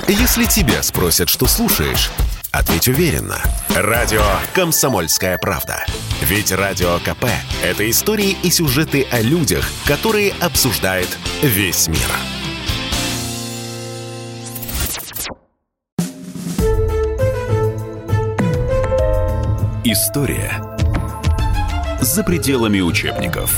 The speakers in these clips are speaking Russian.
Если тебя спросят, что слушаешь, ответь уверенно. Радио «Комсомольская правда». Ведь Радио КП – это истории и сюжеты о людях, которые обсуждает весь мир. История за пределами учебников.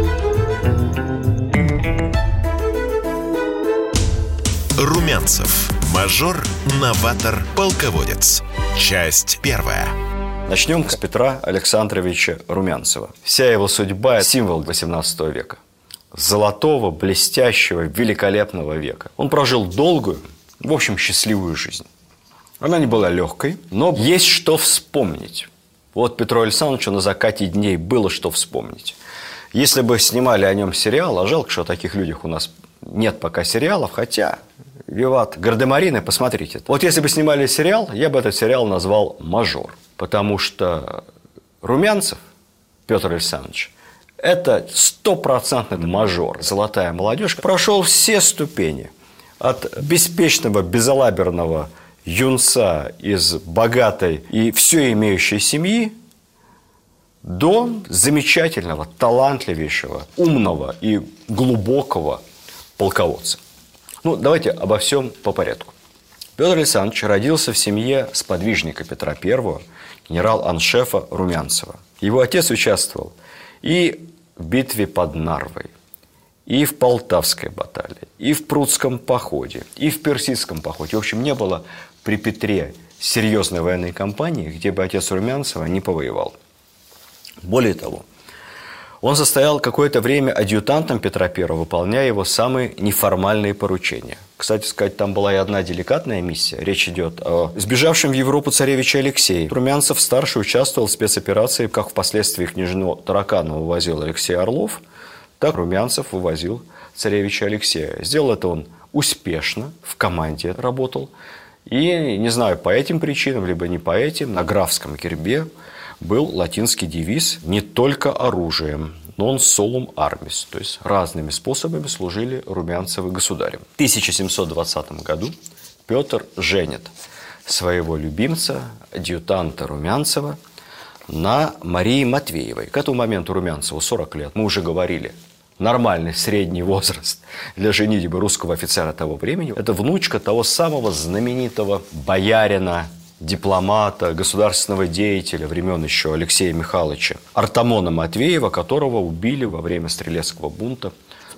Румянцев. Мажор, новатор, полководец. Часть первая. Начнем с Петра Александровича Румянцева. Вся его судьба – символ XVIII века. Золотого, блестящего, великолепного века. Он прожил долгую, в общем, счастливую жизнь. Она не была легкой, но есть что вспомнить. Вот Петру Александровичу на закате дней было что вспомнить. Если бы снимали о нем сериал, а жалко, что о таких людях у нас нет пока сериалов, хотя... Виват Гардемарины, посмотрите. Вот если бы снимали сериал, я бы этот сериал назвал «Мажор». Потому что Румянцев, Петр Александрович, это стопроцентный мажор. Золотая молодежь. Прошел все ступени. От беспечного, безалаберного юнца из богатой и все имеющей семьи до замечательного, талантливейшего, умного и глубокого полководца. Ну, давайте обо всем по порядку. Петр Александрович родился в семье сподвижника Петра I, генерал-аншефа Румянцева. Его отец участвовал и в битве под Нарвой, и в Полтавской баталии, и в Прудском походе, и в Персидском походе. В общем, не было при Петре серьезной военной кампании, где бы отец Румянцева не повоевал. Более того, он состоял какое-то время адъютантом Петра I, выполняя его самые неформальные поручения. Кстати сказать, там была и одна деликатная миссия. Речь идет о сбежавшем в Европу царевиче Алексее. Румянцев-старший участвовал в спецоперации, как впоследствии княжну Тараканову вывозил Алексей Орлов, так Румянцев вывозил царевича Алексея. Сделал это он успешно, в команде работал. И, не знаю, по этим причинам, либо не по этим, на графском гербе был латинский девиз «Не только оружием, non solum armis», то есть разными способами служили Румянцевы государем. В 1720 году Петр женит своего любимца, адъютанта Румянцева, на Марии Матвеевой. К этому моменту Румянцеву 40 лет. Мы уже говорили, нормальный средний возраст для женитьбы русского офицера того времени. Это внучка того самого знаменитого боярина, дипломата, государственного деятеля времен еще Алексея Михайловича Артамона Матвеева, которого убили во время Стрелецкого бунта в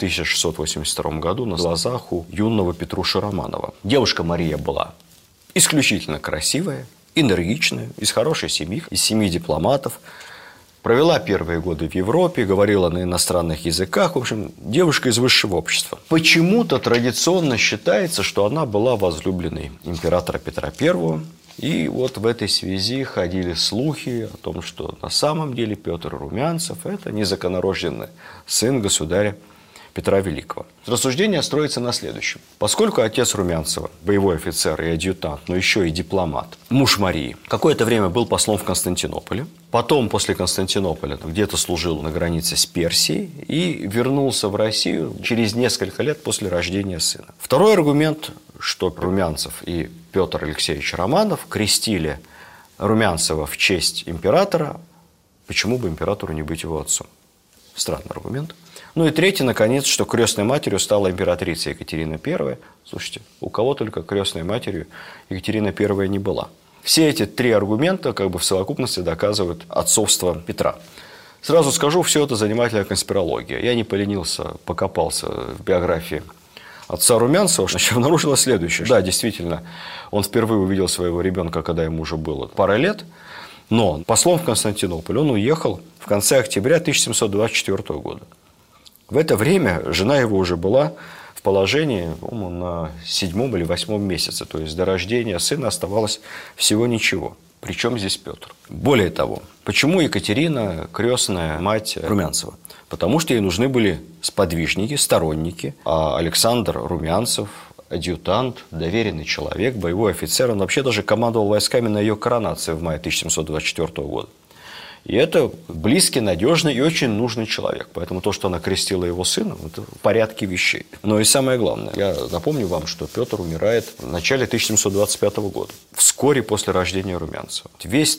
1682 году на глазах у юного Петруши Романова. Девушка Мария была исключительно красивая, энергичная, из хорошей семьи, из семьи дипломатов. Провела первые годы в Европе, говорила на иностранных языках. В общем, девушка из высшего общества. Почему-то традиционно считается, что она была возлюбленной императора Петра I. И вот в этой связи ходили слухи о том, что на самом деле Петр Румянцев – это незаконнорожденный сын государя Петра Великого. Рассуждение строится на следующем. Поскольку отец Румянцева – боевой офицер и адъютант, но еще и дипломат, муж Марии, какое-то время был послом в Константинополе, потом после Константинополя где-то служил на границе с Персией и вернулся в Россию через несколько лет после рождения сына. Второй аргумент, что Румянцев и Петр Алексеевич Романов крестили Румянцева в честь императора, почему бы императору не быть его отцом? Странный аргумент. Ну и третий, наконец, что крестной матерью стала императрица Екатерина I. Слушайте, у кого только крестной матерью Екатерина I не была. Все эти три аргумента как бы в совокупности доказывают отцовство Петра. Сразу скажу, все это занимательная конспирология. Я не поленился, покопался в биографии отца Румянцева, значит, обнаружилось следующее. Да, действительно, он впервые увидел своего ребенка, когда ему уже было пара лет, но послом в Константинополь он уехал в конце октября 1724 года. В это время жена его уже была в положении, на 7 или 8 месяце, то есть до рождения сына оставалось всего ничего. Причем здесь Петр. Более того, почему Екатерина крестная мать Румянцева? Потому что ей нужны были сподвижники, сторонники, а Александр Румянцев, адъютант, доверенный человек, боевой офицер, он вообще даже командовал войсками на ее коронации в мае 1724 года. И это близкий, надежный и очень нужный человек. Поэтому то, что она крестила его сына, это в порядке вещей. Но и самое главное, я напомню вам, что Петр умирает в начале 1725 года, вскоре после рождения Румянцева. Весь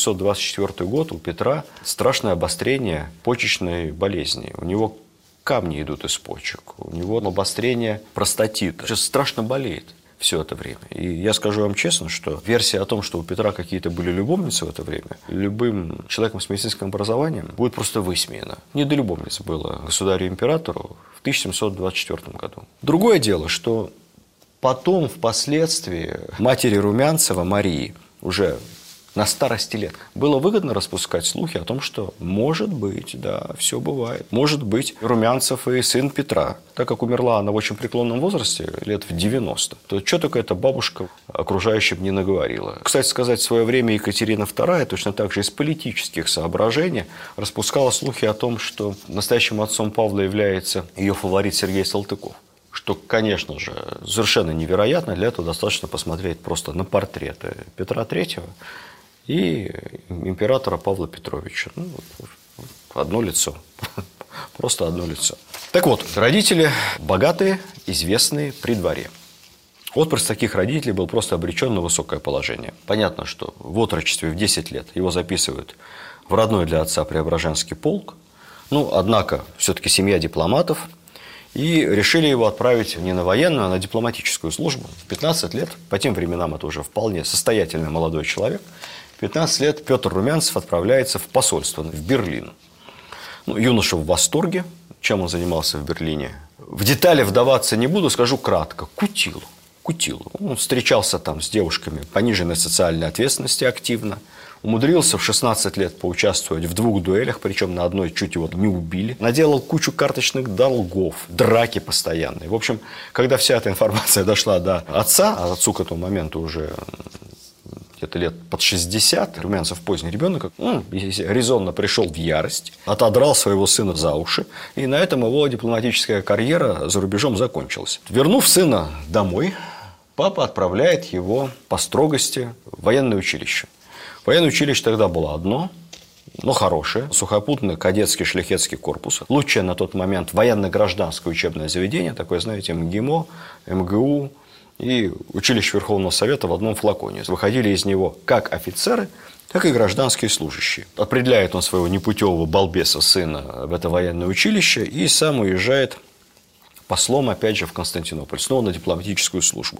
1724 год у Петра страшное обострение почечной болезни. У него камни идут из почек, у него обострение простатита. Сейчас страшно болеет все это время. И я скажу вам честно, что версия о том, что у Петра какие-то были любовницы в это время, любым человеком с медицинским образованием будет просто высмеяна. Не до любовниц было государю-императору в 1724 году. Другое дело, что потом, впоследствии, матери Румянцева, Марии, уже на старости лет, было выгодно распускать слухи о том, что, может быть, да, все бывает. Может быть, Румянцев и сын Петра, так как умерла она в очень преклонном возрасте, лет в 90, то что только эта бабушка окружающим не наговорила. Кстати сказать, в свое время Екатерина II точно так же из политических соображений распускала слухи о том, что настоящим отцом Павла является ее фаворит Сергей Салтыков. Что, конечно же, совершенно невероятно. Для этого достаточно посмотреть просто на портреты Петра III и императора Павла Петровича. Ну, одно лицо. Просто одно лицо. Так вот, родители богатые, известные при дворе. Отпрыск таких родителей был просто обречен на высокое положение. Понятно, что в отрочестве в 10 лет его записывают в родной для отца Преображенский полк. Ну, однако, все-таки семья дипломатов. И решили его отправить не на военную, а на дипломатическую службу. В 15 лет, по тем временам это уже вполне состоятельный молодой человек, в 15 лет Петр Румянцев отправляется в посольство в Берлин. Ну, юноша в восторге, чем он занимался в Берлине. В детали вдаваться не буду, скажу кратко. Кутил. Он встречался там с девушками пониженной социальной ответственности активно. Умудрился в 16 лет поучаствовать в 2 дуэлях, причем на одной чуть его не убили. Наделал кучу карточных долгов, драки постоянные. В общем, когда вся эта информация дошла до отца, а отцу к этому моменту уже где-то лет под 60, Румянцев поздний ребенок, резонно пришел в ярость, отодрал своего сына за уши, и на этом его дипломатическая карьера за рубежом закончилась. Вернув сына домой, папа отправляет его по строгости в военное училище. Военное училище тогда было одно, но хорошее, сухопутный кадетский шляхетский корпус. Лучшее на тот момент военно-гражданское учебное заведение, такое, знаете, МГИМО, МГУ и училище Верховного Совета в одном флаконе. Выходили из него как офицеры, так и гражданские служащие. Определяет он своего непутевого балбеса сына в это военное училище и сам уезжает послом, опять же, в Константинополь, снова на дипломатическую службу.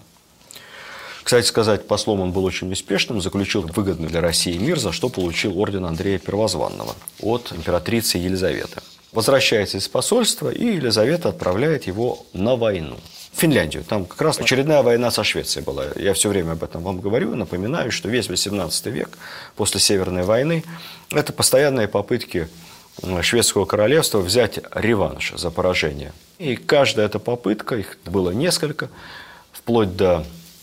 Кстати сказать, послом он был очень успешным, заключил выгодный для России мир, за что получил орден Андрея Первозванного от императрицы Елизаветы. Возвращается из посольства, и Елизавета отправляет его на войну. В Финляндию. Там как раз очередная война со Швецией была. Я все время об этом вам говорю, напоминаю, что весь 18 век после Северной войны это постоянные попытки шведского королевства взять реванш за поражение. И каждая эта попытка, их было несколько, вплоть до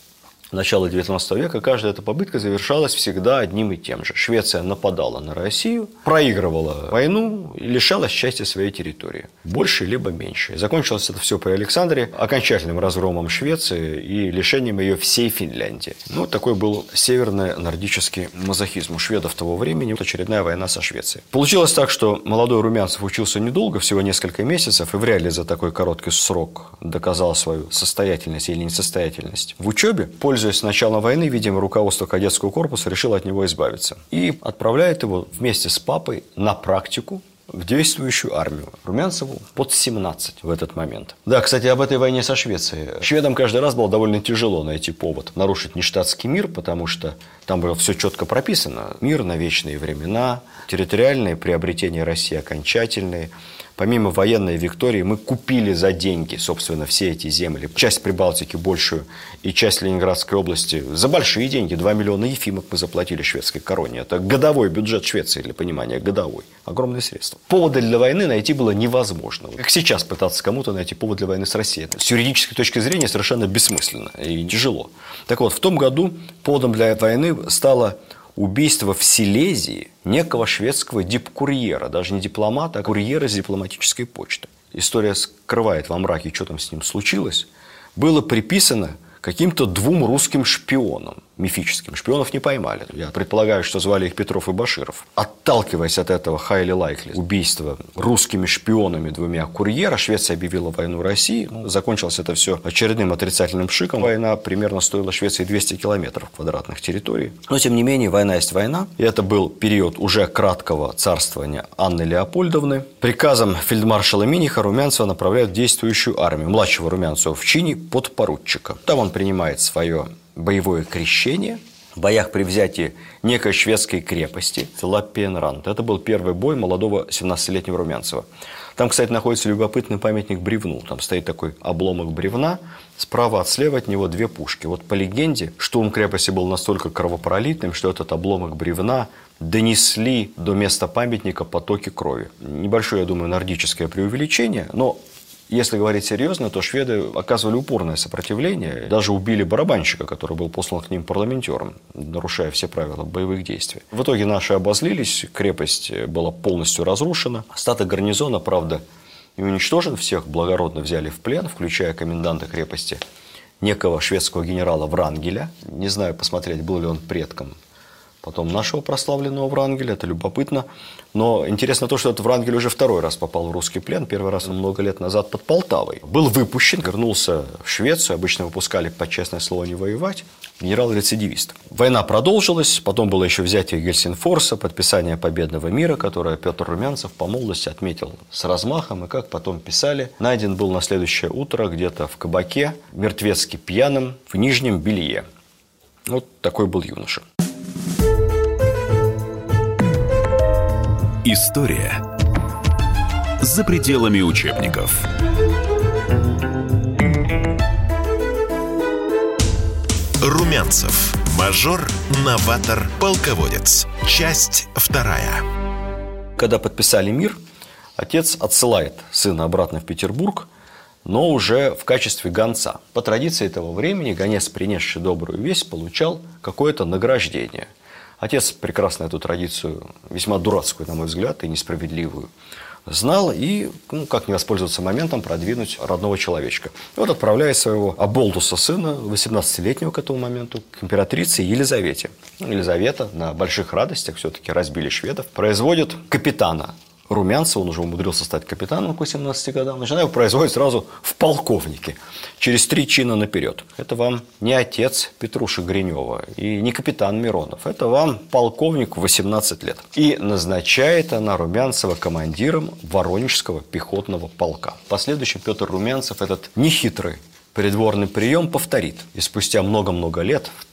начала XIX века, каждая эта попытка завершалась всегда одним и тем же. Швеция нападала на Россию, проигрывала войну и лишалась части своей территории. Больше либо меньше. И закончилось это все при Александре окончательным разгромом Швеции и лишением ее всей Финляндии. Ну, такой был северно-нордический мазохизм у шведов того времени. Вот очередная война со Швецией. Получилось так, что молодой Румянцев учился недолго, всего несколько месяцев, и вряд ли за такой короткий срок доказал свою состоятельность или несостоятельность в учебе. Пользуясь началом войны, видимо, руководство кадетского корпуса решило от него избавиться. И отправляет его вместе с папой на практику в действующую армию. Румянцеву под 17 в этот момент. Да, кстати, об этой войне со Швецией. Шведам каждый раз было довольно тяжело найти повод нарушить нештатский мир, потому что там было все четко прописано. Мир на вечные времена, территориальные приобретения России окончательные. Помимо военной виктории мы купили за деньги, собственно, все эти земли. Часть Прибалтики большую и часть Ленинградской области за большие деньги. 2 миллиона ефимок мы заплатили шведской короне. Это годовой бюджет Швеции, для понимания, годовой. Огромные средства. Повода для войны найти было невозможно. Как сейчас пытаться кому-то найти повод для войны с Россией. С юридической точки зрения совершенно бессмысленно и тяжело. Так вот, в том году поводом для войны стало убийство в Силезии некого шведского дипкурьера, даже не дипломата, а курьера с дипломатической почты. История скрывает во мраке, что там с ним случилось. Было приписано каким-то 2 русским шпионам. мифическим. Шпионов не поймали. Я предполагаю, что звали их Петров и Баширов. Отталкиваясь от этого highly likely убийства русскими шпионами 2 курьера, Швеция объявила войну России. Закончилось это все очередным отрицательным пшиком. Война примерно стоила Швеции 200 километров квадратных территорий. Но, тем не менее, война есть война. И это был период уже краткого царствования Анны Леопольдовны. Приказом фельдмаршала Миниха Румянцева направляют в действующую армию. Младшего Румянцева в чине подпоручика. Там он принимает свое боевое крещение в боях при взятии некой шведской крепости Лаппенрант. Это был первый бой молодого 17-летнего Румянцева. Там, кстати, находится любопытный памятник бревну. Там стоит такой обломок бревна. Справа слева от него 2 пушки. Вот по легенде, штурм крепости был настолько кровопролитным, что этот обломок бревна донесли до места памятника потоки крови. Небольшое, я думаю, нордическое преувеличение, но если говорить серьезно, то шведы оказывали упорное сопротивление. Даже убили барабанщика, который был послан к ним парламентером, нарушая все правила боевых действий. В итоге наши обозлились, крепость была полностью разрушена. Остаток гарнизона, правда, и уничтожен. Всех благородно взяли в плен, включая коменданта крепости, некого шведского генерала Врангеля. Не знаю, посмотреть, был ли он предком потом нашего прославленного Врангеля, это любопытно. Но интересно то, что этот Врангель уже 2-й раз попал в русский плен. 1-й раз он много лет назад под Полтавой. Был выпущен, вернулся в Швецию. Обычно выпускали под честное слово не воевать. Генерал-рецидивист. Война продолжилась. Потом было еще взятие Гельсинфорса, подписание победного мира, которое Петр Румянцев по молодости отметил с размахом. И как потом писали, найден был на следующее утро где-то в кабаке, мертвецки пьяным, в нижнем белье. Вот такой был юноша. История за пределами учебников. Румянцев. Мажор, новатор, полководец. Часть 2. Когда подписали мир, отец отсылает сына обратно в Петербург, но уже в качестве гонца. По традиции того времени гонец, принесший добрую весть, получал какое-то награждение. Отец прекрасно эту традицию, весьма дурацкую, на мой взгляд, и несправедливую, знал и, как не воспользоваться моментом, продвинуть родного человечка. И вот отправляет своего оболтуса сына, 18-летнего к этому моменту, к императрице Елизавете. Елизавета на больших радостях, все-таки разбили шведов, производит капитана Румянцева, он уже умудрился стать капитаном к 18 годам, начинает производить сразу в полковнике, через 3 чина наперед. Это вам не отец Петруши Гринева и не капитан Миронов, это вам полковник в 18 лет. И назначает она Румянцева командиром Воронежского пехотного полка. В последующем Петр Румянцев этот нехитрый придворный прием повторит. И спустя много-много лет, в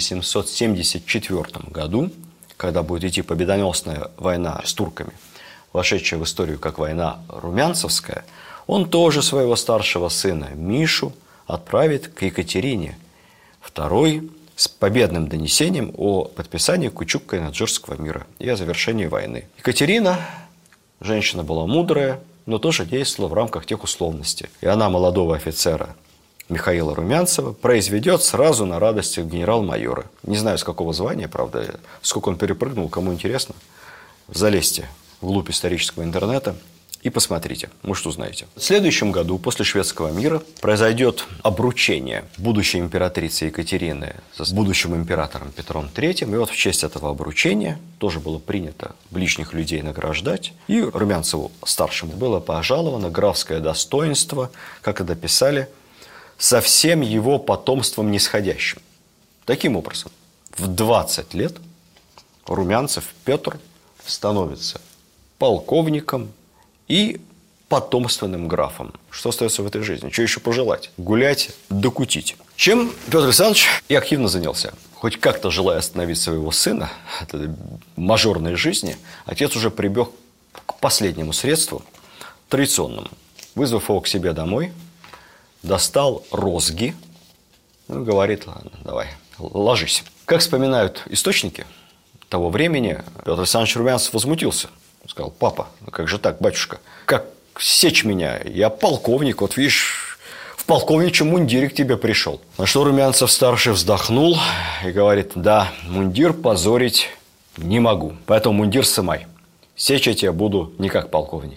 1774 году, когда будет идти победоносная война с турками, вошедшая в историю как война Румянцевская, он тоже своего старшего сына Мишу отправит к Екатерине II с победным донесением о подписании Кучук-Кайнаджирского мира и о завершении войны. Екатерина, женщина была мудрая, но тоже действовала в рамках тех условностей. И она молодого офицера Михаила Румянцева произведет сразу на радостях генерал-майора. Не знаю, с какого звания, правда, сколько он перепрыгнул, кому интересно, залезьте вглубь исторического интернета и посмотрите, может, узнаете. В следующем году, после шведского мира, произойдет обручение будущей императрицы Екатерины с будущим императором Петром III. И вот в честь этого обручения тоже было принято ближних людей награждать. И Румянцеву старшему было пожаловано графское достоинство, как это писали, со всем его потомством нисходящим. Таким образом, в 20 лет Румянцев Петр становится полковником и потомственным графом. Что остается в этой жизни? Что еще пожелать? Гулять, докутить. Чем Петр Александрович и активно занялся. Хоть как-то желая остановить своего сына от этой мажорной жизни, отец уже прибег к последнему средству, традиционному. Вызвав его к себе домой, достал розги, говорит: ладно, давай, ложись. Как вспоминают источники того времени, Петр Александрович Румянцев возмутился. Он сказал: папа, ну как же так, батюшка, как сечь меня? Я полковник, вот видишь, в полковничьем мундире к тебе пришел. На что Румянцев-старший вздохнул и говорит: да, мундир позорить не могу, поэтому мундир сымай. Сечь я тебя буду не как полковника,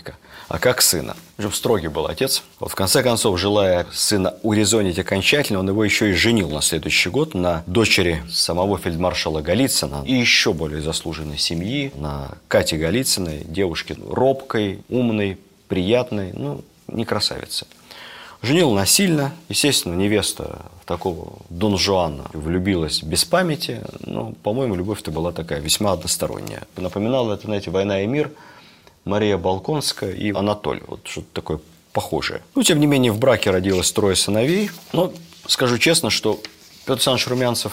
а как сына. Причем строгий был отец. Вот в конце концов, желая сына урезонить окончательно, он его еще и женил на следующий год на дочери самого фельдмаршала Голицына и еще более заслуженной семьи, на Кате Голицыной, девушке робкой, умной, приятной, не красавице. Женил насильно. Естественно, невеста в такого Дон Жуана влюбилась без памяти. Но, по-моему, любовь-то была такая весьма односторонняя. Напоминала это, знаете, «Война и мир», Мария Болконская и Анатоль. Вот что-то такое похожее. Тем не менее, в браке родилось 3 сыновей. Но скажу честно, что Петр Александрович Румянцев,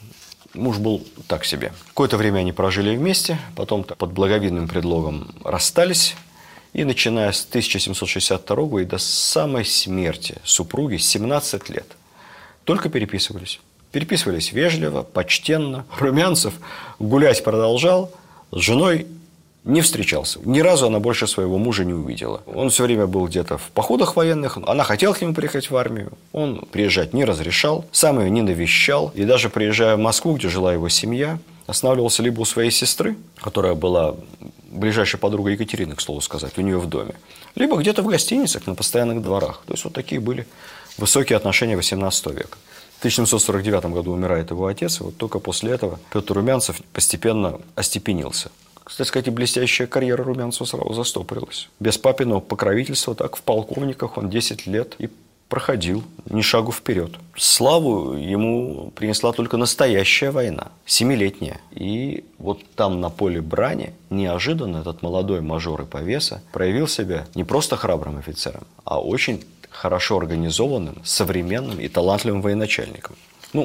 муж был так себе. Какое-то время они прожили вместе, потом под благовидным предлогом расстались. И начиная с 1762 и до самой смерти супруги, 17 лет, только переписывались. Переписывались вежливо, почтенно. Румянцев гулять продолжал, с женой не встречался. Ни разу она больше своего мужа не увидела. Он все время был где-то в походах военных. Она хотела к нему приехать в армию. Он приезжать не разрешал, сам ее не навещал. И даже приезжая в Москву, где жила его семья, останавливался либо у своей сестры, которая была ближайшая подруга Екатерины, к слову сказать, у нее в доме, либо где-то в гостиницах, на постоянных дворах. То есть вот такие были высокие отношения XVIII века. В 1749 году умирает его отец, и вот только после этого Петр Румянцев постепенно остепенился. Кстати сказать, и блестящая карьера Румянцева сразу застопорилась. Без папиного покровительства, так в полковниках он 10 лет и проходил ни шагу вперед. Славу ему принесла только настоящая война, 7-летняя. И вот там на поле брани неожиданно этот молодой мажор и повеса проявил себя не просто храбрым офицером, а очень хорошо организованным, современным и талантливым военачальником.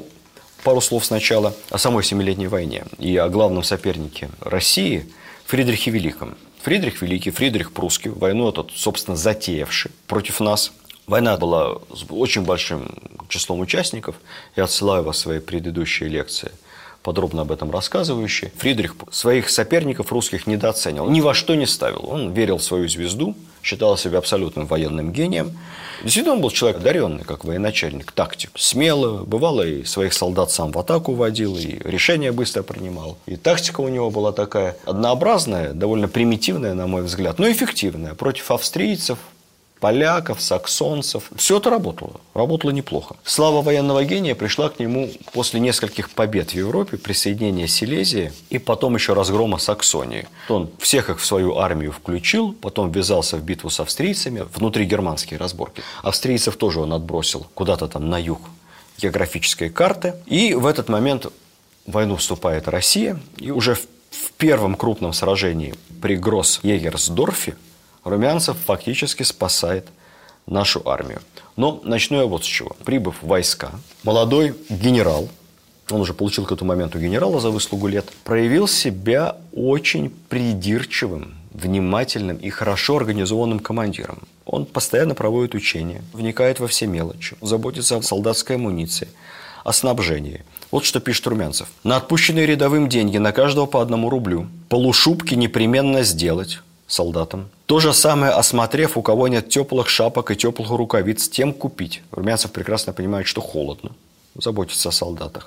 Пару слов сначала о самой 7-летней войне и о главном сопернике России Фридрихе Великом. Фридрих Великий, Фридрих Прусский, войну этот, собственно, затеявший против нас. Война была с очень большим числом участников. Я отсылаю вас в свои предыдущие лекции, подробно об этом рассказывающие. Фридрих своих соперников русских недооценивал, ни во что не ставил. Он верил в свою звезду, считал себя абсолютным военным гением. Действительно, он был человек одаренный, как военачальник, тактик. Смело, бывало, и своих солдат сам в атаку водил, и решения быстро принимал. И тактика у него была такая однообразная, довольно примитивная, на мой взгляд, но эффективная. Против австрийцев, поляков, саксонцев. Все это работало. Работало неплохо. Слава военного гения пришла к нему после нескольких побед в Европе, присоединения Силезии и потом еще разгрома Саксонии. Он всех их в свою армию включил, потом ввязался в битву с австрийцами, внутригерманские разборки. Австрийцев тоже он отбросил куда-то там на юг географической карты. И в этот момент в войну вступает Россия. И уже в первом крупном сражении при Гросс-Егерсдорфе Румянцев фактически спасает нашу армию. Но начну я вот с чего. Прибыв в войска, молодой генерал, он уже получил к этому моменту генерала за выслугу лет, проявил себя очень придирчивым, внимательным и хорошо организованным командиром. Он постоянно проводит учения, вникает во все мелочи, заботится о солдатской амуниции, о снабжении. Вот что пишет Румянцев. На отпущенные рядовым деньги на каждого по 1 рублю, полушубки непременно сделать солдатам. То же самое, осмотрев, у кого нет теплых шапок и теплых рукавиц, тем купить. Румянцев прекрасно понимает, что холодно. Заботится о солдатах.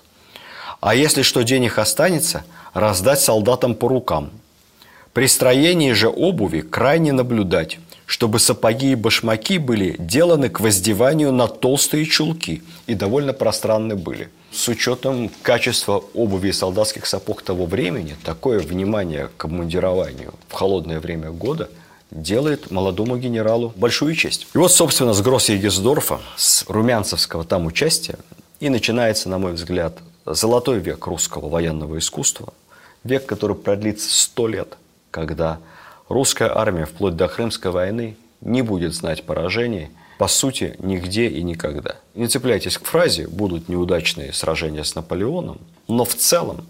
А если что денег останется, раздать солдатам по рукам. При строении же обуви крайне наблюдать, чтобы сапоги и башмаки были деланы к воздеванию на толстые чулки и довольно пространны были. С учетом качества обуви и солдатских сапог того времени, такое внимание к обмундированию в холодное время года делает молодому генералу большую честь. И вот, собственно, с Гросс-Егерсдорфа, с румянцевского там участия и начинается, на мой взгляд, золотой век русского военного искусства. Век, который продлится 100 лет, когда русская армия вплоть до Крымской войны не будет знать поражений, по сути, нигде и никогда. Не цепляйтесь к фразе «будут неудачные сражения с Наполеоном», но в целом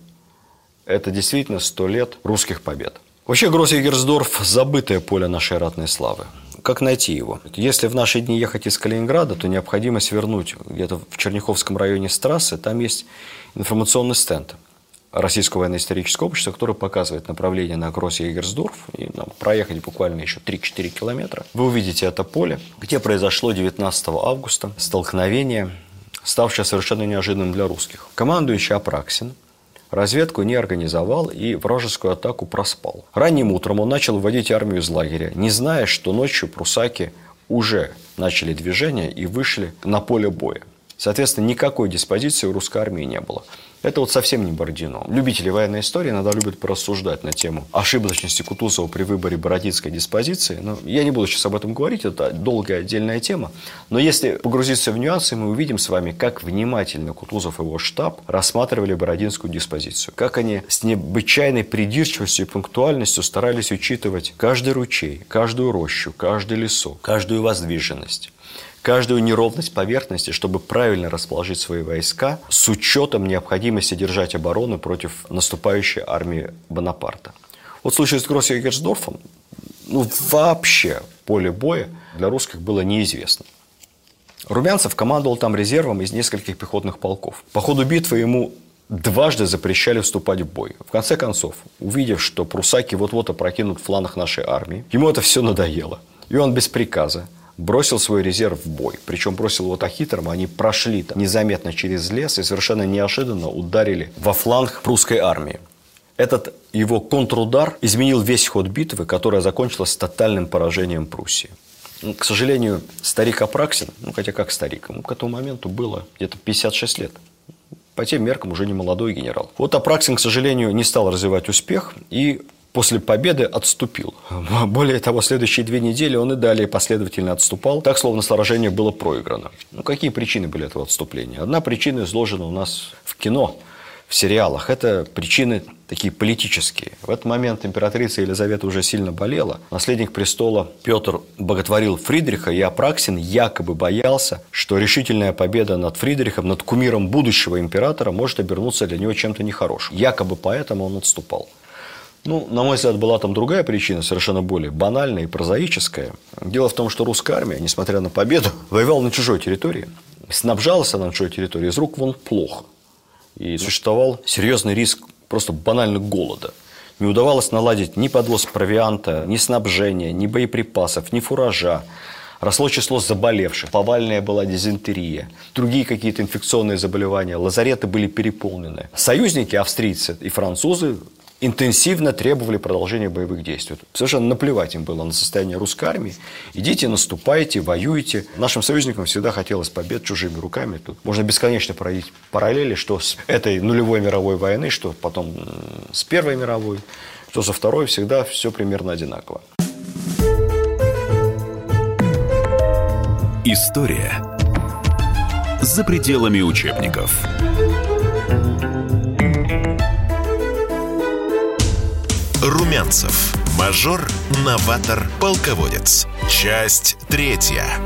это действительно 100 лет русских побед. Вообще Гросс-Егерсдорф – забытое поле нашей ратной славы. Как найти его? Если в наши дни ехать из Калининграда, то необходимо свернуть где-то в Черняховском районе с трассы. Там есть информационный стенд Российского военно-исторического общества, который показывает направление на Гросс-Егерсдорф. И нам проехать буквально еще 3-4 километра. Вы увидите это поле, где произошло 19 августа столкновение, ставшее совершенно неожиданным для русских. Командующий Апраксин разведку не организовал и вражескую атаку проспал. Ранним утром он начал выводить армию из лагеря, не зная, что ночью прусаки уже начали движение и вышли на поле боя. Соответственно, никакой диспозиции у русской армии не было. Это вот совсем не Бородино. Любители военной истории иногда любят порассуждать на тему ошибочности Кутузова при выборе бородинской диспозиции. Но я не буду сейчас об этом говорить, это долгая отдельная тема. Но если погрузиться в нюансы, мы увидим с вами, как внимательно Кутузов и его штаб рассматривали бородинскую диспозицию. Как они с необычайной придирчивостью и пунктуальностью старались учитывать каждый ручей, каждую рощу, каждый лесок, каждую воздвиженность, каждую неровность поверхности, чтобы правильно расположить свои войска с учетом необходимости держать оборону против наступающей армии Бонапарта. Вот в случае с Гросс-Егерсдорфом вообще поле боя для русских было неизвестно. Румянцев командовал там резервом из нескольких пехотных полков. По ходу битвы ему дважды запрещали вступать в бой. В конце концов, увидев, что прусаки вот-вот опрокинут фланг нашей армии, ему это все надоело. И он без приказа бросил свой резерв в бой. Причем бросил его так хитро, они прошли незаметно через лес и совершенно неожиданно ударили во фланг прусской армии. Этот его контрудар изменил весь ход битвы, которая закончилась тотальным поражением Пруссии. К сожалению, старик Апраксин, хотя как старик, ему к этому моменту было где-то 56 лет. По тем меркам уже не молодой генерал. Вот Апраксин, к сожалению, не стал развивать успех и после победы отступил. Более того, следующие 2 недели он и далее последовательно отступал, так, словно сражение было проиграно. Какие причины были этого отступления? Одна причина изложена у нас в кино, в сериалах. Это причины такие политические. В этот момент императрица Елизавета уже сильно болела. Наследник престола Петр боготворил Фридриха, и Апраксин якобы боялся, что решительная победа над Фридрихом, над кумиром будущего императора, может обернуться для него чем-то нехорошим. Якобы поэтому он отступал. На мой взгляд, была там другая причина, совершенно более банальная и прозаическая. Дело в том, что русская армия, несмотря на победу, воевала на чужой территории. Снабжалась она на чужой территории из рук вон плохо. И существовал серьезный риск просто банально голода. Не удавалось наладить ни подвоз провианта, ни снабжения, ни боеприпасов, ни фуража. Росло число заболевших, повальная была дизентерия, другие какие-то инфекционные заболевания, лазареты были переполнены. Союзники, австрийцы и французы, интенсивно требовали продолжения боевых действий. Совершенно наплевать им было на состояние русской армии. Идите, наступайте, воюйте. Нашим союзникам всегда хотелось побед чужими руками. Тут можно бесконечно проводить параллели, что с этой нулевой мировой войны, что потом с Первой мировой, что со Второй, всегда все примерно одинаково. История за пределами учебников. Румянцев. Мажор, новатор, полководец. Часть 3.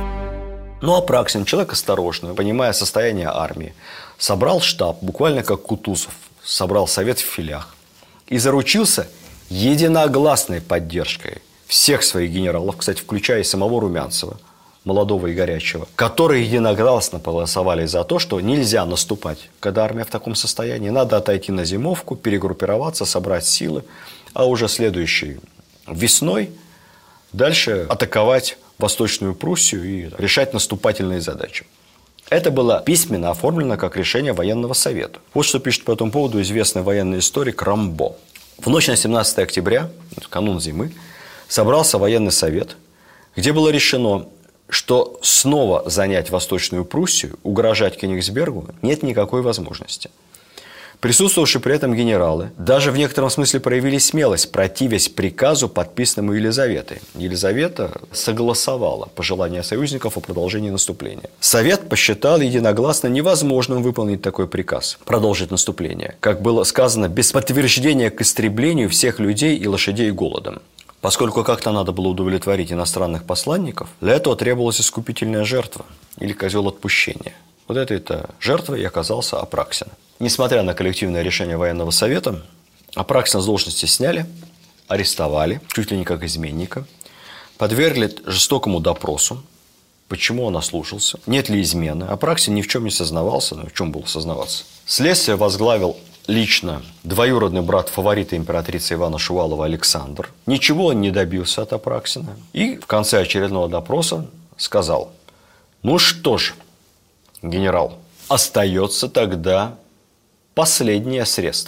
Апраксин, человек осторожный, понимая состояние армии, собрал штаб, буквально как Кутузов, собрал совет в филях и заручился единогласной поддержкой всех своих генералов, кстати, включая и самого Румянцева, молодого и горячего, которые единогласно проголосовали за то, что нельзя наступать, когда армия в таком состоянии. Надо отойти на зимовку, перегруппироваться, собрать силы, а уже следующей весной дальше атаковать Восточную Пруссию и решать наступательные задачи. Это было письменно оформлено как решение военного совета. Вот что пишет по этому поводу известный военный историк Рамбо. В ночь на 17 октября, канун зимы, собрался военный совет, где было решено, что снова занять Восточную Пруссию, угрожать Кёнигсбергу нет никакой возможности. Присутствовавшие при этом генералы даже в некотором смысле проявили смелость, противясь приказу, подписанному Елизаветой. Елизавета согласовала пожелания союзников о продолжении наступления. Совет посчитал единогласно невозможным выполнить такой приказ, продолжить наступление, как было сказано, без подтверждения к истреблению всех людей и лошадей голодом. Поскольку как-то надо было удовлетворить иностранных посланников, для этого требовалась искупительная жертва или козел отпущения. Вот этой-то жертвой и оказался Апраксин. Несмотря на коллективное решение военного совета, Апраксина с должности сняли, арестовали, чуть ли не как изменника, подвергли жестокому допросу, почему он ослушался, нет ли измены. Апраксин ни в чем не сознавался, но в чем было сознаваться. Следствие возглавил лично двоюродный брат фаворита императрицы Ивана Шувалова Александр. Ничего он не добился от Апраксина. И в конце очередного допроса сказал: ну что ж, генерал, остается тогда последнее средство.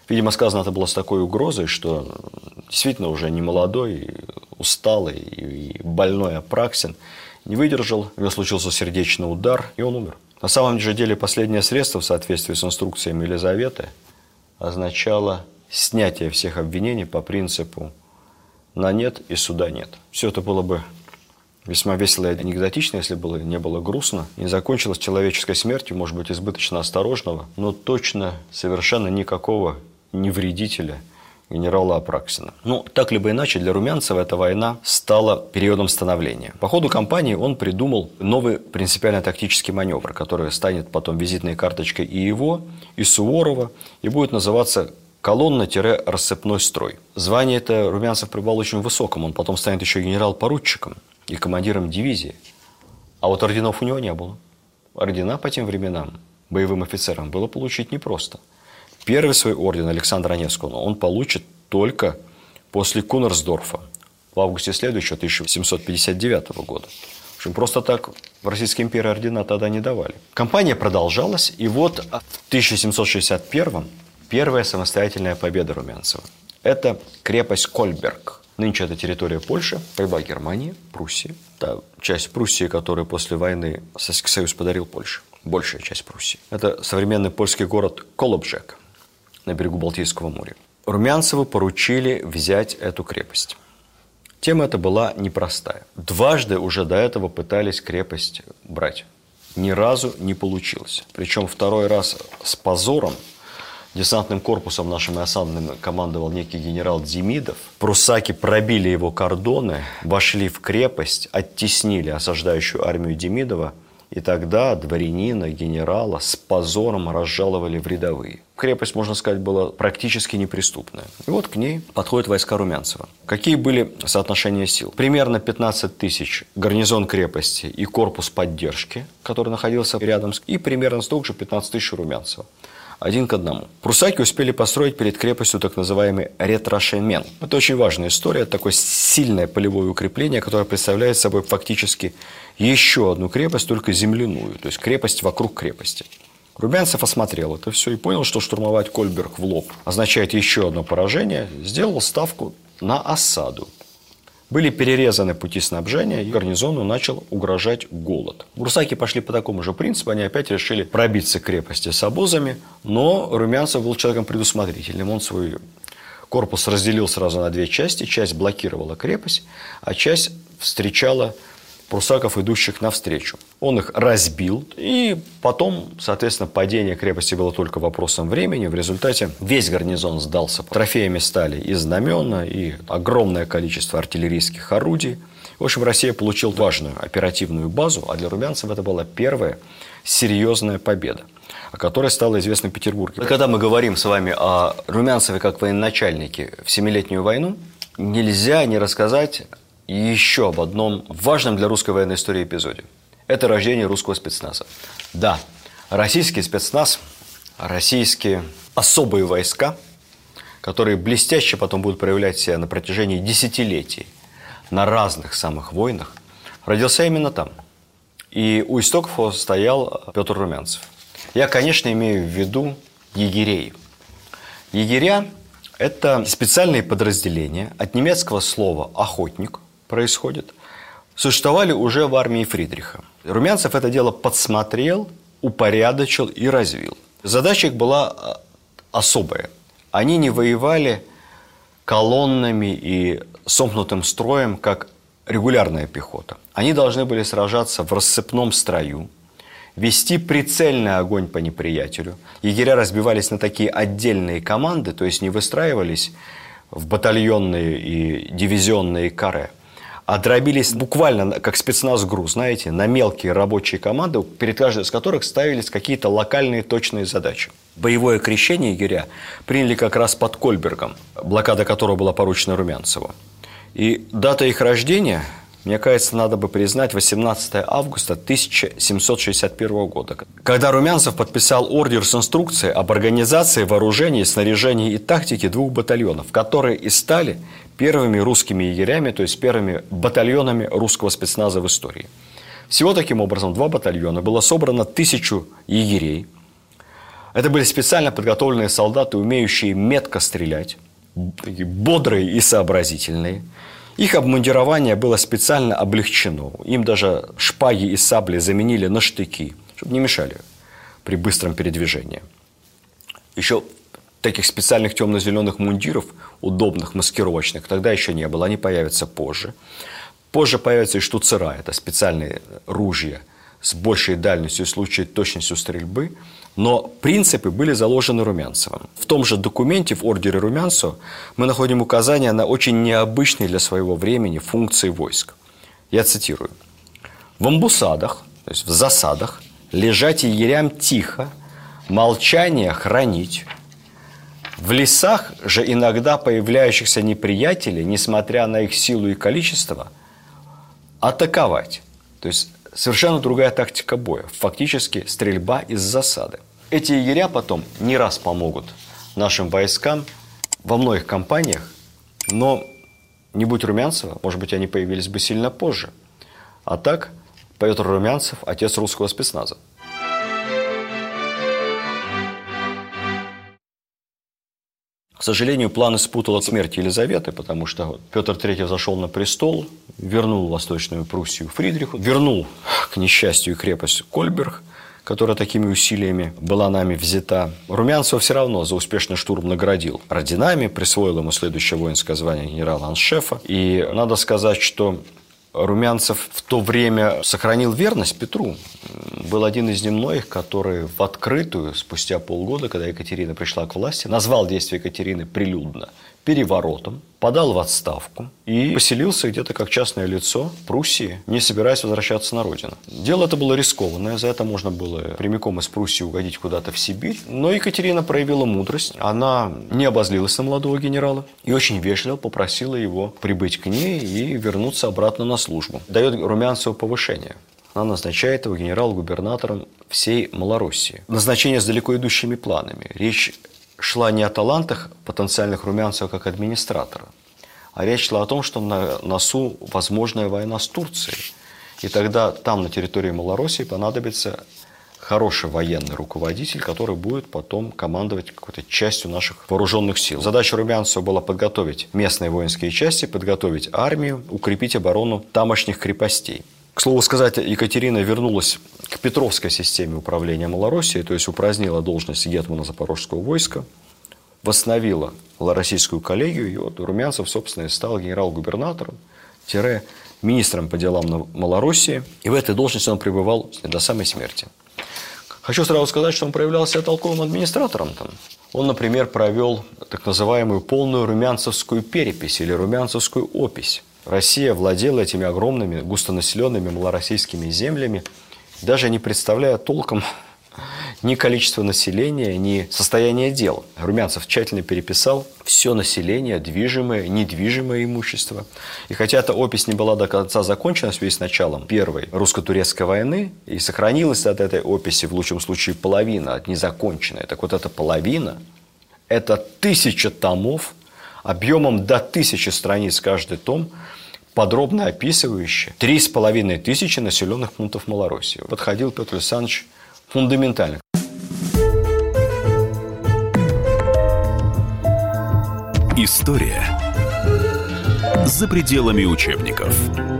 Видимо, сказано это было с такой угрозой, что действительно уже не молодой, усталый и больной Апраксин не выдержал, у него случился сердечный удар, и он умер. На самом же деле последнее средство в соответствии с инструкциями Елизаветы означало снятие всех обвинений по принципу «на нет и суда нет». Все это было бы весьма весело и анекдотично, если бы не было грустно. И закончилось человеческой смертью, может быть, избыточно осторожного, но точно совершенно никакого невредителя генерала Апраксина. Ну, так либо иначе, для Румянцева эта война стала периодом становления. По ходу кампании он придумал новый принципиально тактический маневр, который станет потом визитной карточкой и его, и Суворова, и будет называться колонна-рассыпной строй. Звание это Румянцев прибавил очень высоком, он потом станет еще генерал-поручиком и командиром дивизии. А вот орденов у него не было. Ордена по тем временам боевым офицерам было получить непросто. Первый свой орден Александра Невского он получит только после Кунерсдорфа в августе следующего 1759 года. В общем, просто так в Российской империи ордена тогда не давали. Кампания продолжалась, и вот в 1761 первая самостоятельная победа Румянцева. Это крепость Кольберг. Нынче это территория Польши, тогда Германии, Пруссии. Та часть Пруссии, которую после войны Советский Союз подарил Польше. Большая часть Пруссии. Это современный польский город Колобжек на берегу Балтийского моря. Румянцеву поручили взять эту крепость. Тема эта была непростая. Дважды уже до этого пытались крепость брать. Ни разу не получилось. Причем второй раз с позором. Десантным корпусом нашим и осадным командовал некий генерал Демидов. Пруссаки пробили его кордоны, вошли в крепость, оттеснили осаждающую армию Демидова. И тогда дворянина, генерала с позором разжаловали в рядовые. Крепость, можно сказать, была практически неприступная. И вот к ней подходят войска Румянцева. Какие были соотношения сил? Примерно 15 тысяч гарнизон крепости и корпус поддержки, который находился рядом, и примерно столько же 15 тысяч Румянцева. 1 к 1. Пруссаки успели построить перед крепостью так называемый ретраншемент. Это очень важная история, такое сильное полевое укрепление, которое представляет собой фактически еще одну крепость, только земляную, то есть крепость вокруг крепости. Румянцев осмотрел это все и понял, что штурмовать Кольберг в лоб означает еще одно поражение, сделал ставку на осаду. Были перерезаны пути снабжения, и гарнизону начал угрожать голод. Пруссаки пошли по такому же принципу, они опять решили пробиться к крепости с обозами, но Румянцев был человеком предусмотрительным. Он свой корпус разделил сразу на 2 части, часть блокировала крепость, а часть встречала пруссаков, идущих навстречу. Он их разбил, и потом, соответственно, падение крепости было только вопросом времени. В результате весь гарнизон сдался. Трофеями стали и знамена, и огромное количество артиллерийских орудий. В общем, Россия получила важную оперативную базу, а для Румянцева это была первая серьезная победа, о которой стало известно в Петербурге. Когда мы говорим с вами о Румянцеве как военачальнике в Семилетнюю войну, нельзя не рассказать еще об одном важном для русской военной истории эпизоде. Это рождение русского спецназа. Да, российский спецназ, российские особые войска, которые блестяще потом будут проявлять себя на протяжении десятилетий на разных самых войнах, родился именно там. И у истоков его стоял Петр Румянцев. Я, конечно, имею в виду егерей. Егеря – это специальные подразделения, от немецкого слова «охотник» происходит, существовали уже в армии Фридриха. Румянцев это дело подсмотрел, упорядочил и развил. Задача их была особая. Они не воевали колоннами и сомкнутым строем, как регулярная пехота. Они должны были сражаться в рассыпном строю, вести прицельный огонь по неприятелю. Егеря разбивались на такие отдельные команды, то есть не выстраивались в батальонные и дивизионные каре, а дробились буквально как спецназ-ГРУ, знаете, на мелкие рабочие команды, перед каждой из которых ставились какие-то локальные точные задачи. Боевое крещение егеря приняли как раз под Кольбергом, блокада которого была поручена Румянцеву. И дата их рождения, мне кажется, надо бы признать 18 августа 1761 года, когда Румянцев подписал ордер с инструкцией об организации, вооружении, снаряжении и тактике 2 батальонов, которые и стали первыми русскими егерями, то есть первыми батальонами русского спецназа в истории. Всего таким образом 2 батальона, было собрано 1000 егерей. Это были специально подготовленные солдаты, умеющие метко стрелять, бодрые и сообразительные. Их обмундирование было специально облегчено. Им даже шпаги и сабли заменили на штыки, чтобы не мешали при быстром передвижении. Еще таких специальных темно-зеленых мундиров, удобных, маскировочных, тогда еще не было. Они появятся позже. Позже появятся и штуцера. Это специальные ружья с большей дальностью в случае точностью стрельбы. Но принципы были заложены Румянцевым. В том же документе, в ордере Румянцева, мы находим указания на очень необычные для своего времени функции войск. Я цитирую. «В амбусадах, то есть в засадах, лежать егерям тихо, молчание хранить. В лесах же иногда появляющихся неприятелей, несмотря на их силу и количество, атаковать». То есть совершенно другая тактика боя. Фактически стрельба из засады. Эти егеря потом не раз помогут нашим войскам во многих кампаниях, но не будь Румянцева, может быть, они появились бы сильно позже. А так, Петр Румянцев – отец русского спецназа. К сожалению, планы спутала смерть Елизаветы, потому что Петр III взошел на престол, вернул Восточную Пруссию Фридриху, вернул, к несчастью, и крепость Кольберг, которая такими усилиями была нами взята. Румянцева все равно за успешный штурм наградил орденами, присвоил ему следующее воинское звание генерала-аншефа. И надо сказать, что Румянцев в то время сохранил верность Петру. Был один из немногих, который в открытую, спустя полгода, когда Екатерина пришла к власти, назвал действия Екатерины прилюдно переворотом, подал в отставку и поселился где-то как частное лицо в Пруссии, не собираясь возвращаться на родину. Дело это было рискованное, за это можно было прямиком из Пруссии угодить куда-то в Сибирь. Но Екатерина проявила мудрость, она не обозлилась на молодого генерала и очень вежливо попросила его прибыть к ней и вернуться обратно на службу. Дает Румянцеву повышение. Она назначает его генерал-губернатором всей Малороссии. Назначение с далеко идущими планами. Речь шла не о талантах потенциальных Румянцева как администратора, а речь шла о том, что на носу возможная война с Турцией. И тогда там, на территории Малороссии, понадобится хороший военный руководитель, который будет потом командовать какой-то частью наших вооруженных сил. Задача Румянцева была подготовить местные воинские части, подготовить армию, укрепить оборону тамошних крепостей. К слову сказать, Екатерина вернулась к Петровской системе управления Малороссией, то есть упразднила должность гетмана Запорожского войска, восстановила Малороссийскую коллегию, и вот Румянцев, собственно, и стал генерал-губернатором, министром по делам на Малороссии, и в этой должности он пребывал до самой смерти. Хочу сразу сказать, что он проявлял себя толковым администратором. Он, например, провел так называемую полную румянцевскую перепись или румянцевскую опись. Россия владела этими огромными густонаселенными малороссийскими землями, даже не представляя толком ни количества населения, ни состояния дел. Румянцев тщательно переписал все население, движимое, недвижимое имущество. И хотя эта опись не была до конца закончена в связи с началом Первой русско-турецкой войны, и сохранилась от этой описи в лучшем случае половина, от незаконченной. Так вот эта половина – это 1000 томов, объемом до 1000 страниц каждый том, подробно описывающий 3500 населенных пунктов Малороссии. Подходил Петр Александрович фундаментально. История за пределами учебников.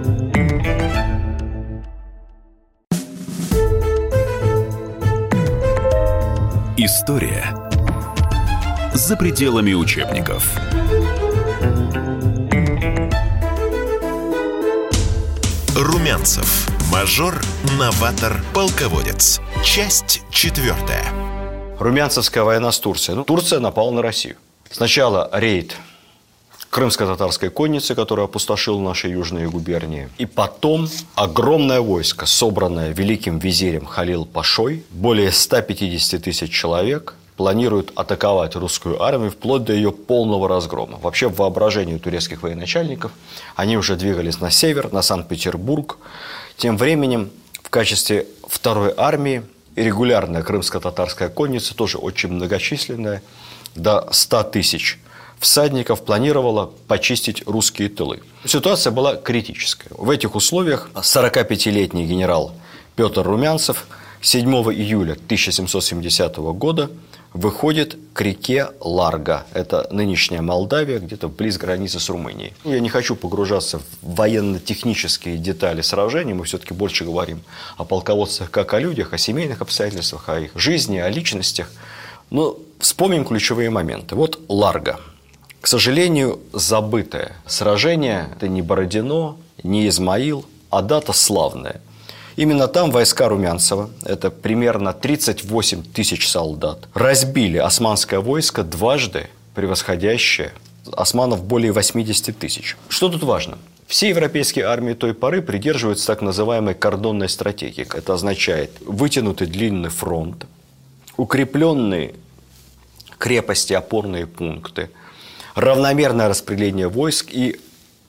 История за пределами учебников. Румянцев. Мажор, новатор, полководец. Часть 4. Румянцевская война с Турцией. Турция напала на Россию. Сначала рейд крымско-татарской конницы, которая опустошила наши южные губернии. И потом огромное войско, собранное великим визирем Халил-Пашой, более 150 000 человек, планируют атаковать русскую армию вплоть до ее полного разгрома. Вообще, в воображении турецких военачальников они уже двигались на север, на Санкт-Петербург. Тем временем в качестве второй армии регулярная крымско-татарская конница, тоже очень многочисленная, до 100 000 всадников, планировала почистить русские тылы. Ситуация была критическая. В этих условиях 45-летний генерал Петр Румянцев 7 июля 1770 года выходит к реке Ларга. Это нынешняя Молдавия, где-то близ границы с Румынией. Я не хочу погружаться в военно-технические детали сражений. Мы все-таки больше говорим о полководцах как о людях, о семейных обстоятельствах, о их жизни, о личностях. Но вспомним ключевые моменты. Вот Ларга. К сожалению, забытое сражение. Это не Бородино, не Измаил, а дата славная. Именно там войска Румянцева, это примерно 38 тысяч солдат, разбили османское войско, дважды превосходящее османов более 80 тысяч. Что тут важно? Все европейские армии той поры придерживаются так называемой кордонной стратегии. Это означает вытянутый длинный фронт, укрепленные крепости, опорные пункты, равномерное распределение войск. И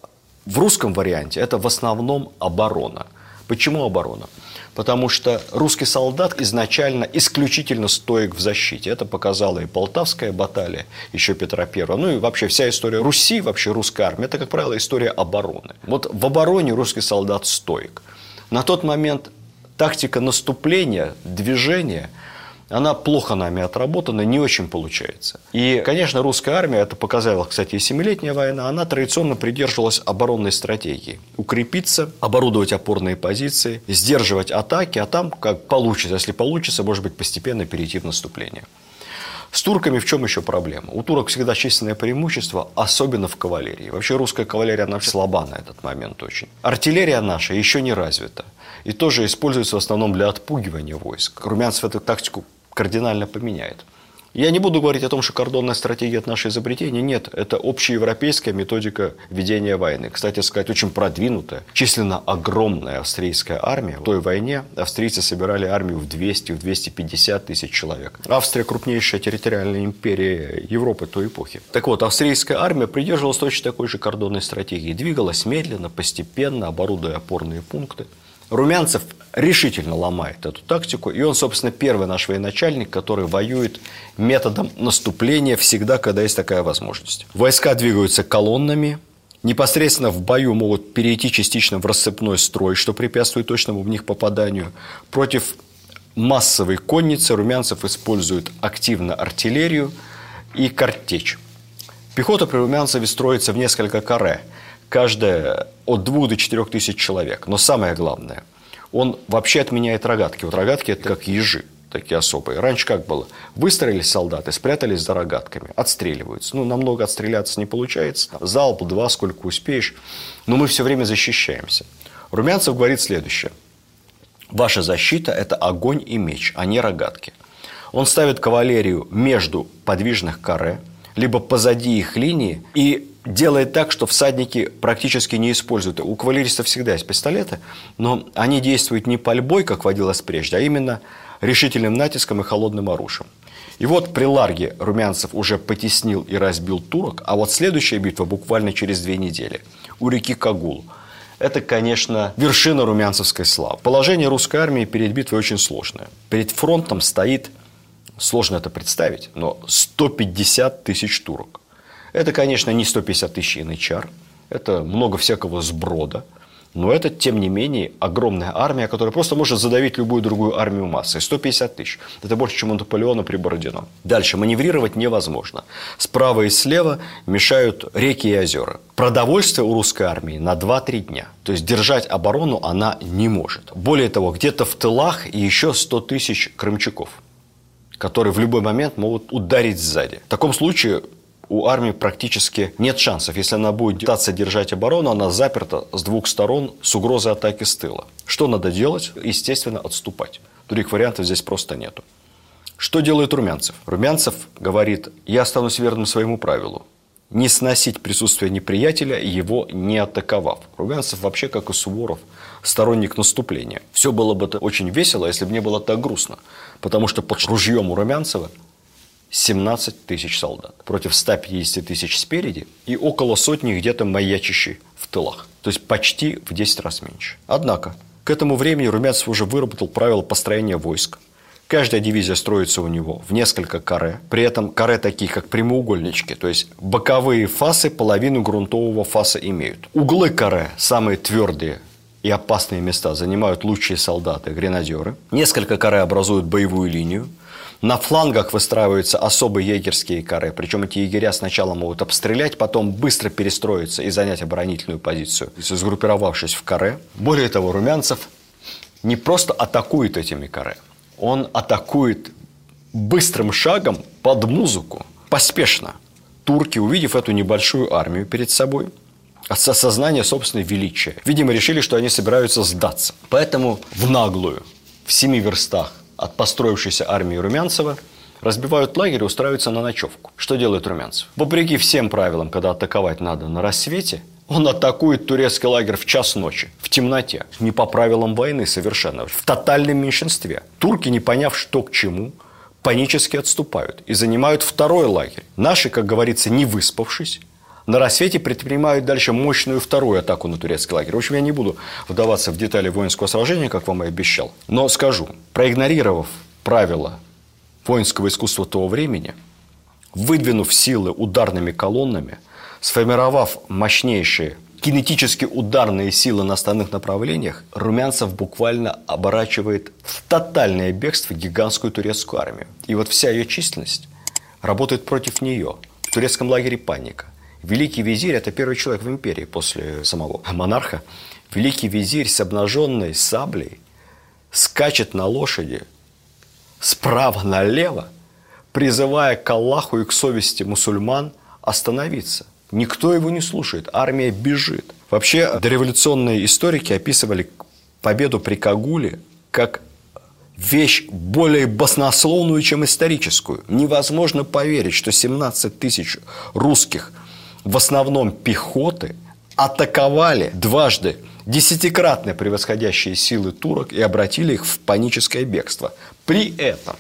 в русском варианте это в основном оборона. Почему оборона? Потому что русский солдат изначально исключительно стоек в защите. Это показала и Полтавская баталия еще Петра I. Ну и вообще вся история Руси, вообще русской армии, это, как правило, история обороны. Вот в обороне русский солдат стоек. На тот момент тактика наступления, движения, она плохо нами отработана, не очень получается. И, конечно, русская армия, это показала, кстати, и Семилетняя война, она традиционно придерживалась оборонной стратегии. Укрепиться, оборудовать опорные позиции, сдерживать атаки, а там, как получится, если получится, может быть, постепенно перейти в наступление. С турками в чем еще проблема? У турок всегда численное преимущество, особенно в кавалерии. Вообще русская кавалерия, она слаба на этот момент очень. Артиллерия наша еще не развита. И тоже используется в основном для отпугивания войск. Румянцев эту тактику кардинально поменяет. Я не буду говорить о том, что кордонная стратегия – это наше изобретение. Нет, это общеевропейская методика ведения войны. Кстати сказать, очень продвинутая, численно огромная австрийская армия. В той войне австрийцы собирали армию в 200-250 тысяч человек. Австрия – крупнейшая территориальная империя Европы той эпохи. Так вот, австрийская армия придерживалась точно такой же кордонной стратегии. Двигалась медленно, постепенно, оборудуя опорные пункты. Румянцев решительно ломает эту тактику, и он, собственно, первый наш военачальник, который воюет методом наступления всегда, когда есть такая возможность. Войска двигаются колоннами, непосредственно в бою могут перейти частично в рассыпной строй, что препятствует точному в них попаданию. Против массовой конницы Румянцев использует активно артиллерию и картечь. Пехота при Румянцеве строится в несколько каре. Каждая от 2 до 4 тысяч человек. Но самое главное, он вообще отменяет рогатки. Вот рогатки – это как ежи, такие особые. Раньше как было? Выстроились солдаты, спрятались за рогатками, отстреливаются. Ну, намного отстреляться не получается. Залп, 2, сколько успеешь. Но мы все время защищаемся. Румянцев говорит следующее. Ваша защита – это огонь и меч, а не рогатки. Он ставит кавалерию между подвижных каре, либо позади их линии, и делает так, что всадники практически не используют. У кавалеристов всегда есть пистолеты, но они действуют не пальбой, как водилось прежде, а именно решительным натиском и холодным оружием. И вот при Ларге Румянцев уже потеснил и разбил турок, а вот следующая битва буквально через 2 недели у реки Кагул. Это, конечно, вершина румянцевской славы. Положение русской армии перед битвой очень сложное. Перед фронтом стоит, сложно это представить, но 150 тысяч турок. Это, конечно, не 150 тысяч янычар, это много всякого сброда, но это, тем не менее, огромная армия, которая просто может задавить любую другую армию массой. 150 тысяч. Это больше, чем у Наполеона при Бородино. Дальше. Маневрировать невозможно. Справа и слева мешают реки и озера. Продовольствие у русской армии на 2-3 дня. То есть держать оборону она не может. Более того, где-то в тылах еще 100 тысяч крымчаков, которые в любой момент могут ударить сзади. В таком случае у армии практически нет шансов. Если она будет пытаться держать оборону, она заперта с 2 сторон с угрозой атаки с тыла. Что надо делать? Естественно, отступать. Других вариантов здесь просто нету. Что делает Румянцев? Румянцев говорит, я останусь верным своему правилу. Не сносить присутствие неприятеля, его не атаковав. Румянцев вообще, как и Суворов, сторонник наступления. Все было бы очень весело, если бы не было так грустно. Потому что под ружьем у Румянцева 17 тысяч солдат против 150 тысяч спереди и около сотни где-то маячащих в тылах. То есть почти в 10 раз меньше. Однако, к этому времени Румянцев уже выработал правила построения войск. Каждая дивизия строится у него в несколько каре. При этом каре такие, как прямоугольнички. То есть боковые фасы половину грунтового фаса имеют. Углы каре самые твердые и опасные места занимают лучшие солдаты, гренадеры. Несколько каре образуют боевую линию. На флангах выстраиваются особые егерские каре. Причем эти егеря сначала могут обстрелять, потом быстро перестроиться и занять оборонительную позицию, сгруппировавшись в каре. Более того, Румянцев не просто атакует этими каре. Он атакует быстрым шагом под музыку, поспешно. Турки, увидев эту небольшую армию перед собой, от осознания собственной величия, видимо, решили, что они собираются сдаться. Поэтому в наглую, в 7 верстах от построившейся армии Румянцева, разбивают лагерь и устраиваются на ночевку. Что делает Румянцев? Вопреки всем правилам, когда атаковать надо на рассвете, он атакует турецкий лагерь в час ночи, в темноте. Не по правилам войны совершенно, в тотальном меньшинстве. Турки, не поняв, что к чему, панически отступают и занимают второй лагерь. Наши, как говорится, не выспавшись, на рассвете предпринимают дальше мощную вторую атаку на турецкий лагерь. В общем, я не буду вдаваться в детали воинского сражения, как вам и обещал. Но скажу, проигнорировав правила воинского искусства того времени, выдвинув силы ударными колоннами, сформировав мощнейшие кинетически ударные силы на основных направлениях, Румянцев буквально оборачивает в тотальное бегство гигантскую турецкую армию. И вот вся ее численность работает против нее. В турецком лагере паника. Великий визирь – это первый человек в империи после самого монарха. Великий визирь с обнаженной саблей скачет на лошади справа налево, призывая к Аллаху и к совести мусульман остановиться. Никто его не слушает, армия бежит. Вообще, дореволюционные историки описывали победу при Кагуле как вещь более баснословную, чем историческую. Невозможно поверить, что 17 тысяч русских, в основном пехоты, атаковали дважды десятикратно превосходящие силы турок и обратили их в паническое бегство. При этом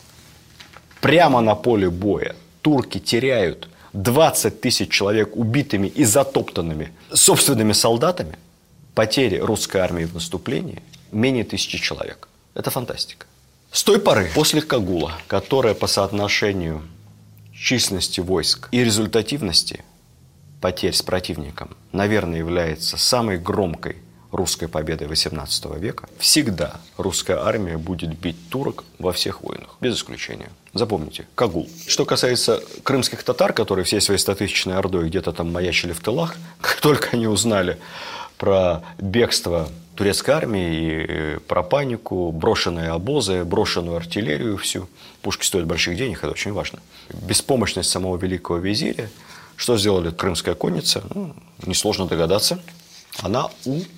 прямо на поле боя турки теряют 20 тысяч человек убитыми и затоптанными собственными солдатами. Потери русской армии в наступлении менее 1000 человек. Это фантастика. С той поры, после Кагула, которая по соотношению численности войск и результативности потерь с противником, наверное, является самой громкой русской победой XVIII века, всегда русская армия будет бить турок во всех войнах, без исключения. Запомните, Кагул. Что касается крымских татар, которые всей своей 100-тысячной ордой где-то там маячили в тылах, как только они узнали про бегство турецкой армии и про панику, брошенные обозы, брошенную артиллерию всю, пушки стоят больших денег, это очень важно, беспомощность самого великого визиря, что сделали крымская конница, несложно догадаться. Она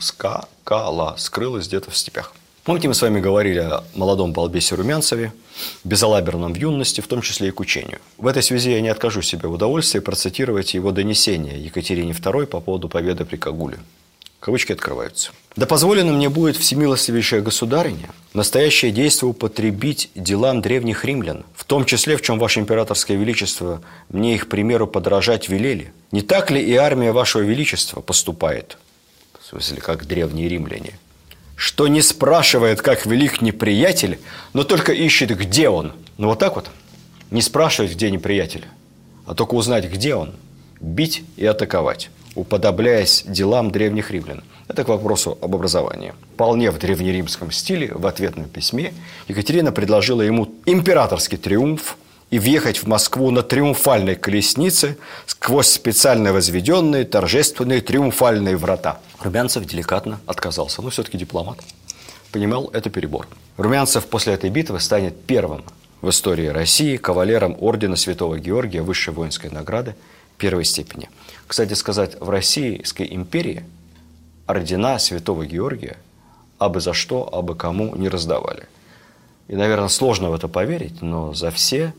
ускакала, скрылась где-то в степях. Помните, мы с вами говорили о молодом балбесе Румянцеве, безалаберном в юности, в том числе и к учению. В этой связи я не откажу себе в удовольствии процитировать его донесение Екатерине II по поводу победы при Кагуле. Кавычки открываются. «Да позволено мне будет, всемилостивейшая государиня, настоящее действие употребить делам древних римлян, в том числе, в чем ваше императорское величество мне их примеру подражать велели. Не так ли и армия вашего величества поступает?» В смысле, как древние римляне. «Что не спрашивает, как велик неприятель, но только ищет, где он». Ну вот так вот. Не спрашивать, где неприятель, а только узнать, где он, бить и атаковать, уподобляясь делам древних римлян. Это к вопросу об образовании. Вполне в древнеримском стиле, в ответном письме, Екатерина предложила ему императорский триумф и въехать в Москву на триумфальной колеснице сквозь специально возведенные торжественные триумфальные врата. Румянцев деликатно отказался, но все-таки дипломат. Понимал, это перебор. Румянцев после этой битвы станет первым в истории России кавалером ордена Святого Георгия высшей воинской награды первой степени. Кстати сказать, в Российской империи ордена Святого Георгия абы за что, абы кому не раздавали. И, наверное, сложно в это поверить, но за все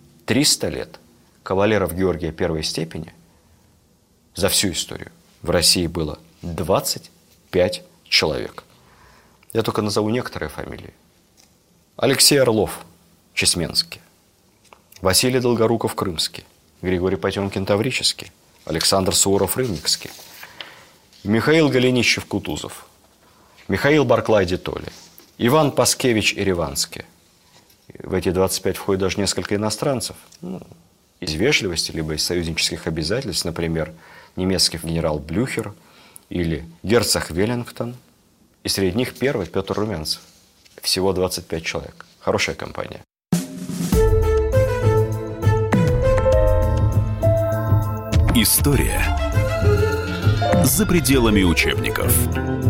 300 лет кавалеров Георгия первой степени за всю историю в России было 25 человек. Я только назову некоторые фамилии. Алексей Орлов, Чесменский. Василий Долгоруков, Крымский. Григорий Потемкин, Таврический. Александр Суворов, Рымникский. Михаил Голенищев, Кутузов. Михаил Барклай, Детоли. Иван Паскевич, Ереванский. В эти 25 входит даже несколько иностранцев. Из вежливости, либо из союзнических обязательств, например, немецкий генерал Блюхер или герцог Веллингтон, И среди них первый Петр Румянцев. Всего 25 человек. Хорошая компания. История за пределами учебников.